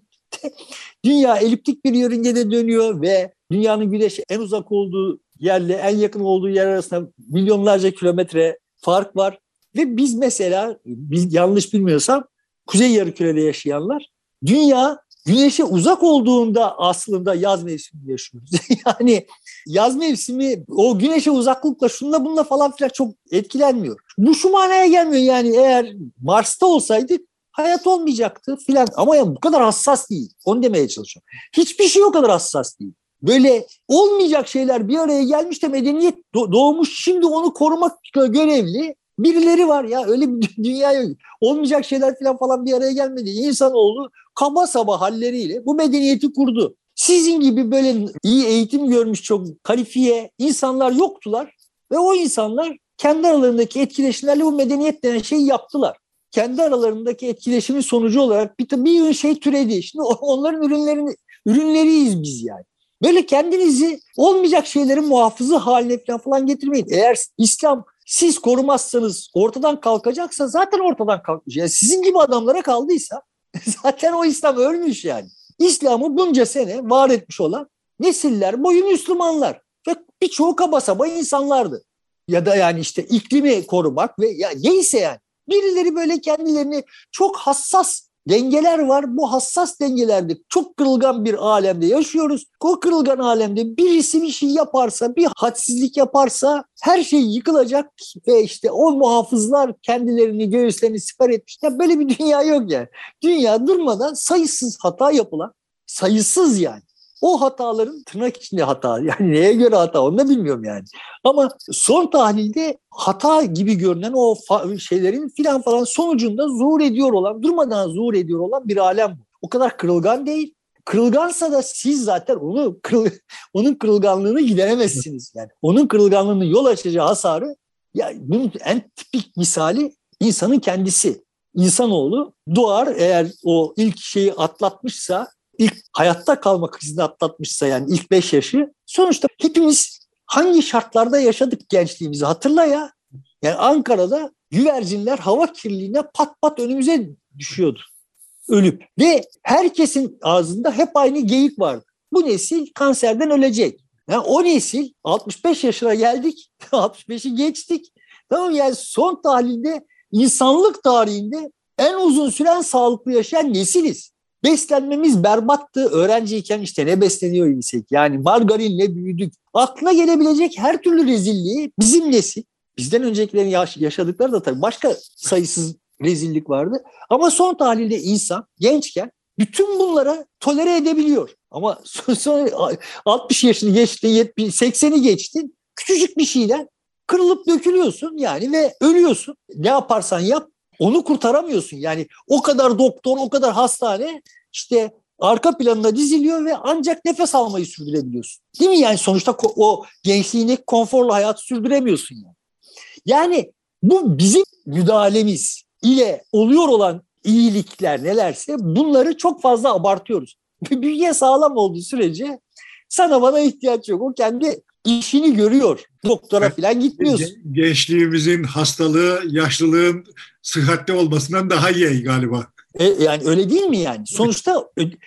Dünya eliptik bir yörüngede dönüyor ve dünyanın güneşe en uzak olduğu yerle en yakın olduğu yer arasında milyonlarca kilometre fark var. Ve biz mesela, biz yanlış bilmiyorsam, Kuzey Yarımküre'de yaşayanlar, dünya güneşe uzak olduğunda aslında yaz mevsimini yaşıyoruz. Yani yaz mevsimi o güneşe uzaklıkla şunla bununla falan filan çok etkilenmiyor. Bu şu manaya gelmiyor yani, eğer Mars'ta olsaydık hayat olmayacaktı filan. Ama yani bu kadar hassas değil. Onu demeye çalışıyorum. Hiçbir şey o kadar hassas değil. Böyle olmayacak şeyler bir araya gelmiş de medeniyet doğmuş, şimdi onu korumakla görevli birileri var ya, öyle bir dünya yok. Olmayacak şeyler falan falan bir araya gelmedi. İnsanoğlu kaba saba halleriyle bu medeniyeti kurdu. Sizin gibi böyle iyi eğitim görmüş çok kalifiye insanlar yoktular ve o insanlar kendi aralarındaki etkileşimlerle bu medeniyet denen şeyi yaptılar. Kendi aralarındaki etkileşimin sonucu olarak bir, bir şey türedi. Şimdi onların ürünlerini ürünleriyiz biz yani. Böyle kendinizi olmayacak şeylerin muhafızı haline falan, falan getirmeyin. Eğer İslam siz korumazsanız ortadan kalkacaksa zaten ortadan kalkmış. Yani sizin gibi adamlara kaldıysa zaten o İslam ölmüş yani. İslam'ı bunca sene var etmiş olan nesiller boyu Müslümanlar ve birçoğu kaba saba insanlardı. Ya da yani işte iklimi korumak ve ya neyse yani. Birileri böyle kendilerini çok hassas dengeler var. Bu hassas dengelerde çok kırılgan bir alemde yaşıyoruz. O kırılgan alemde birisi bir şey yaparsa, bir hadsizlik yaparsa her şey yıkılacak ve işte o muhafızlar kendilerini, göğüslerini siper etmişler. Böyle bir dünya yok yani. Dünya durmadan sayısız hata yapılan, sayısız yani. O hataların tırnak içinde hata, yani neye göre hata onu da bilmiyorum yani. Ama son tahlilde hata gibi görünen o şeylerin filan falan sonucunda zuhur ediyor olan, durmadan zuhur ediyor olan bir alem bu. O kadar kırılgan değil. Kırılgansa da siz zaten onu kırıl, onun kırılganlığını gideremezsiniz yani. Onun kırılganlığını yol açacağı hasarı, ya bunun en tipik misali insanın kendisi. İnsanoğlu doğar, eğer o ilk şeyi atlatmışsa, İlk hayatta kalma krizini atlatmışsa, yani ilk beş yaşı, sonuçta hepimiz hangi şartlarda yaşadık gençliğimizi hatırla ya. Yani Ankara'da güvercinler hava kirliliğine pat pat önümüze düşüyordu ölüp ve herkesin ağzında hep aynı geyik vardı. Bu nesil kanserden ölecek. Yani o nesil altmış beş yaşına geldik, altmış beşi geçtik. Tamam, yani son tahlilde insanlık tarihinde en uzun süren sağlıklı yaşayan nesiliz. Beslenmemiz berbattı. Öğrenciyken işte ne besleniyor isek, yani margarinle büyüdük. Aklına gelebilecek her türlü rezilliği bizim nesil, bizden öncekilerin yaş- yaşadıkları da tabii başka sayısız rezillik vardı. Ama son tahlilde insan gençken bütün bunlara tolere edebiliyor. Ama sonra altmış yaşını geçtin, yetmiş, sekseni geçtin, küçücük bir şeyden kırılıp dökülüyorsun yani ve ölüyorsun. Ne yaparsan yap, onu kurtaramıyorsun. Yani o kadar doktor, o kadar hastane işte arka planına diziliyor ve ancak nefes almayı sürdürebiliyorsun. Değil mi? Yani sonuçta o gençliğini konforlu hayat sürdüremiyorsun yani. Yani bu bizim müdahalemiz ile oluyor olan iyilikler nelerse bunları çok fazla abartıyoruz. Bünye sağlam olduğu sürece sana bana ihtiyaç yok. O kendi işini görüyor. Doktora falan gitmiyorsun. Gençliğimizin hastalığı, yaşlılığın sıhhatli olmasından daha iyi galiba. E, yani öyle değil mi yani? Sonuçta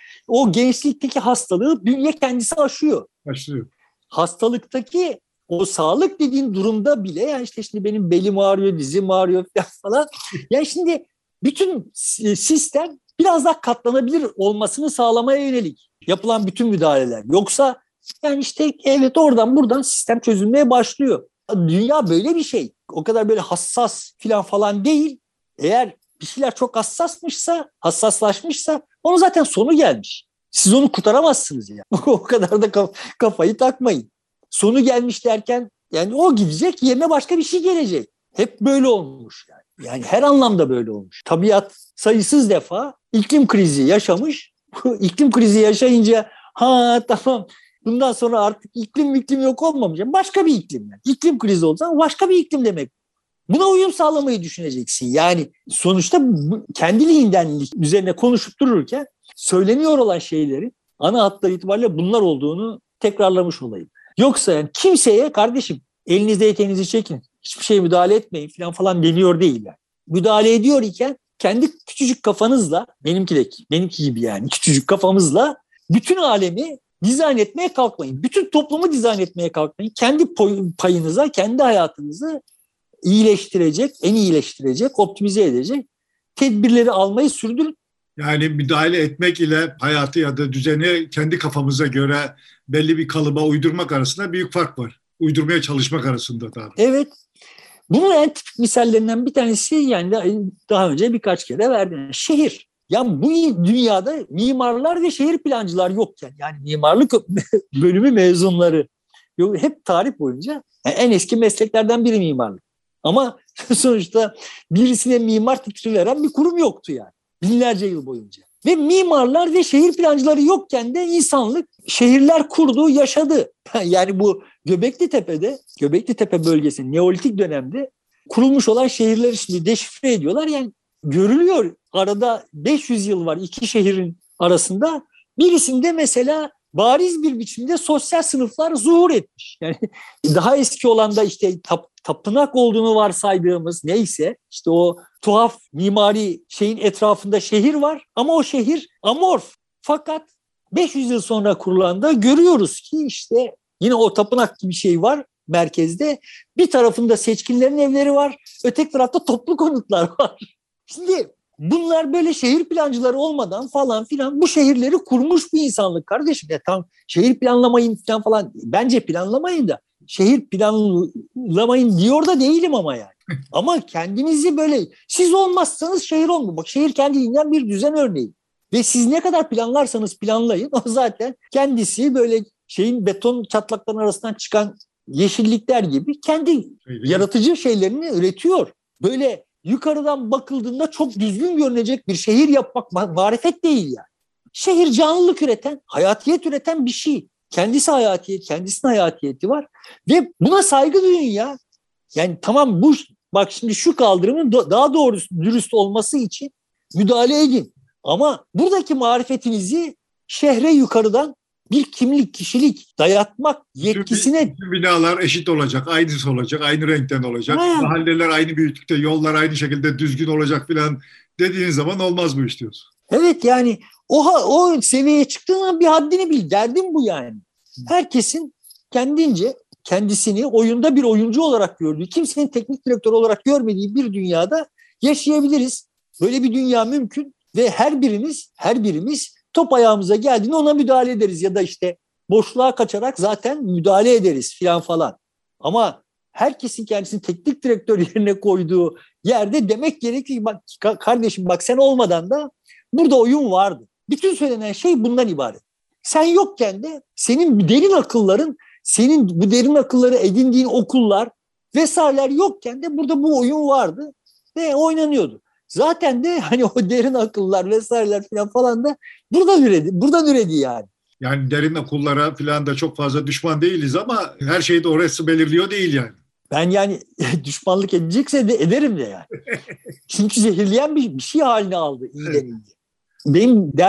o gençlikteki hastalığı bünye kendisi aşıyor. Aşıyor. Hastalıktaki o sağlık dediğin durumda bile yani işte şimdi benim belim ağrıyor, dizim ağrıyor falan. Yani şimdi bütün sistem biraz daha katlanabilir olmasını sağlamaya yönelik yapılan bütün müdahaleler. Yoksa yani işte evet oradan buradan sistem çözülmeye başlıyor. Dünya böyle bir şey. O kadar böyle hassas falan falan değil. Eğer bir şeyler çok hassasmışsa, hassaslaşmışsa onun zaten sonu gelmiş. Siz onu kurtaramazsınız ya. O kadar da kafayı takmayın. Sonu gelmiş derken yani o gidecek, yerine başka bir şey gelecek. Hep böyle olmuş yani. Yani her anlamda böyle olmuş. Tabiat sayısız defa iklim krizi yaşamış. İklim krizi yaşayınca ha tamam bundan sonra artık iklim iklim yok olmamış. Başka bir iklim yani. İklim krizi olsa başka bir iklim demek. Buna uyum sağlamayı düşüneceksin. Yani sonuçta kendiliğinden üzerine konuşup dururken söyleniyor olan şeylerin ana hatları itibariyle bunlar olduğunu tekrarlamış olayım. Yoksa yani kimseye kardeşim elinizde eteğinizi çekin, hiçbir şeye müdahale etmeyin falan falan deniyor değil yani. Müdahale ediyor iken kendi küçücük kafanızla, benimki de benimki gibi yani küçücük kafamızla bütün alemi dizayn etmeye kalkmayın. Bütün toplumu dizayn etmeye kalkmayın. Kendi payınıza, kendi hayatınızı iyileştirecek, en iyileştirecek, optimize edecek tedbirleri almayı sürdürün. Yani müdahale etmek ile hayatı ya da düzeni kendi kafamıza göre belli bir kalıba uydurmak arasında büyük fark var. Uydurmaya çalışmak arasında da. Evet. Bunun en tipik misallerinden bir tanesi yani daha önce birkaç kere verdim. Şehir. Ya bu dünyada mimarlar ve şehir plancılar yokken yani mimarlık bölümü mezunları hep tarih boyunca yani en eski mesleklerden biri mimarlık. Ama sonuçta birisine mimar titri veren bir kurum yoktu yani. Binlerce yıl boyunca. Ve mimarlar ve şehir plancıları yokken de insanlık şehirler kurdu, yaşadı. Yani bu Göbekli Tepe'de, Göbekli Tepe bölgesi Neolitik dönemde kurulmuş olan şehirleri şimdi deşifre ediyorlar. Yani görülüyor. Arada beş yüz yıl var iki şehrin arasında. Birisinde mesela bariz bir biçimde sosyal sınıflar zuhur etmiş. Yani daha eski olan da işte tap, tapınak olduğunu varsaydığımız neyse işte o tuhaf mimari şeyin etrafında şehir var ama o şehir amorf. Fakat beş yüz yıl sonra kurulan da görüyoruz ki işte yine o tapınak gibi şey var merkezde. Bir tarafında seçkinlerin evleri var, öteki tarafta toplu konutlar var. Şimdi bunlar böyle şehir plancıları olmadan falan filan bu şehirleri kurmuş bir insanlık kardeşim. Ya tam şehir planlamayın falan falan. Bence planlamayın da şehir planlamayın diyor da değilim ama yani. Ama kendinizi böyle siz olmazsanız şehir olmuyor. Bak şehir kendiliğinden bir düzen örneği. Ve siz ne kadar planlarsanız planlayın o zaten kendisi böyle şeyin beton çatlakların arasından çıkan yeşillikler gibi kendi Öyle yaratıcı şeylerini üretiyor. Böyle yukarıdan bakıldığında çok düzgün görünecek bir şehir yapmak marifet değil yani. Şehir canlılık üreten, hayatiyet üreten bir şey. Kendisi hayatiyet, kendisinin hayatiyeti var. Ve buna saygı duyun ya. Yani tamam bu, bak şimdi şu kaldırımın daha doğrusu dürüst olması için müdahale edin. Ama buradaki marifetinizi şehre yukarıdan bir kimlik, kişilik dayatmak yetkisine... Bütün, bütün binalar eşit olacak, aynısı olacak, aynı renkten olacak. Ha. Mahalleler aynı büyüklükte, yollar aynı şekilde düzgün olacak filan dediğin zaman olmaz bu iş diyorsun. Evet yani o, o seviyeye çıktığında bir haddini bil. Derdim bu yani. Herkesin kendince kendisini oyunda bir oyuncu olarak gördüğü, kimsenin teknik direktör olarak görmediği bir dünyada yaşayabiliriz. Böyle bir dünya mümkün ve her birimiz, her birimiz top ayağımıza geldiğinde ona müdahale ederiz ya da işte boşluğa kaçarak zaten müdahale ederiz filan falan. Ama herkesin kendisini teknik direktör yerine koyduğu yerde demek gerekir ki bak kardeşim bak sen olmadan da burada oyun vardı. Bütün söylenen şey bundan ibaret. Sen yokken de senin derin akılların, senin bu derin akılları edindiğin okullar vesaireler yokken de burada bu oyun vardı ve oynanıyordu. Zaten de hani o derin akıllar vesaireler falan falan da buradan üredi, buradan üredi yani. Yani derin akıllara falan da çok fazla düşman değiliz ama her şeyi de orası belirliyor değil yani. Ben yani düşmanlık edecekse de ederim de yani. Çünkü zehirleyen bir, bir şey haline aldı iyiden iyiye. Benim derdim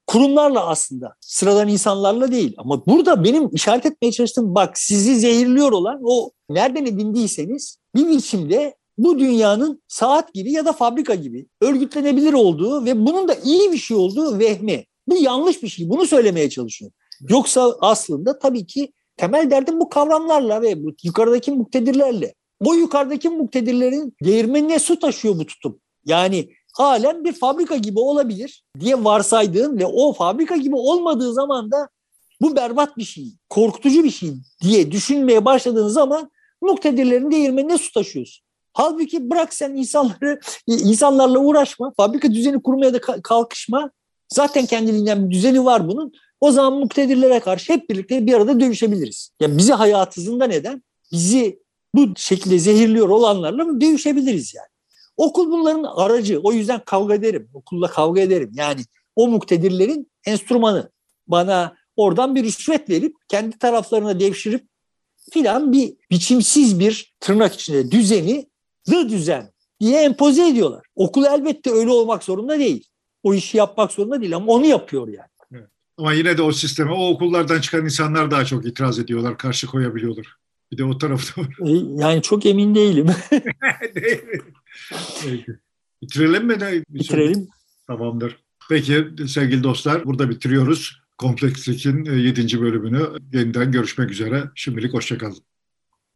kurumlarla aslında. Sıradan insanlarla değil. Ama burada benim işaret etmeye çalıştığım, bak, sizi zehirliyor olan o nereden edindiyseniz bir biçimde bu dünyanın saat gibi ya da fabrika gibi örgütlenebilir olduğu ve bunun da iyi bir şey olduğu vehmi. Bu yanlış bir şey. Bunu söylemeye çalışıyorum. Yoksa aslında tabii ki temel derdim bu kavramlarla ve bu yukarıdaki muktedirlerle. O yukarıdaki muktedirlerin değirmenine su taşıyor bu tutum. Yani alem bir fabrika gibi olabilir diye varsaydığın ve o fabrika gibi olmadığı zaman da bu berbat bir şey, korkutucu bir şey diye düşünmeye başladığın zaman muktedirlerin değirmenine su taşıyorsun. Halbuki bırak sen insanları, insanlarla uğraşma, fabrika düzeni kurmaya da kalkışma. Zaten kendiliğinden bir düzeni var bunun. O zaman muktedirlere karşı hep birlikte bir arada dövüşebiliriz. Yani bizi hayat hızında neden? Bizi bu şekilde zehirliyor olanlarla mı dövüşebiliriz yani? Okul bunların aracı. O yüzden kavga ederim. Okulla kavga ederim. Yani o muktedirlerin enstrümanı. Bana oradan bir rüşvet verip kendi taraflarına devşirip filan bir biçimsiz bir tırnak içinde düzeni, the düzen diye empoze ediyorlar. Okul elbette öyle olmak zorunda değil. O işi yapmak zorunda değil ama onu yapıyor yani. Evet. Ama yine de o sisteme, o okullardan çıkan insanlar daha çok itiraz ediyorlar, karşı koyabiliyorlar. Bir de o tarafta var. Yani çok emin değilim. Değil mi? Peki. Bitirelim mi? Ne? Bitirelim. Tamamdır. Peki sevgili dostlar, burada bitiriyoruz. Komplekslik'in yedinci bölümünü. Yeniden görüşmek üzere. Şimdilik hoşça kalın.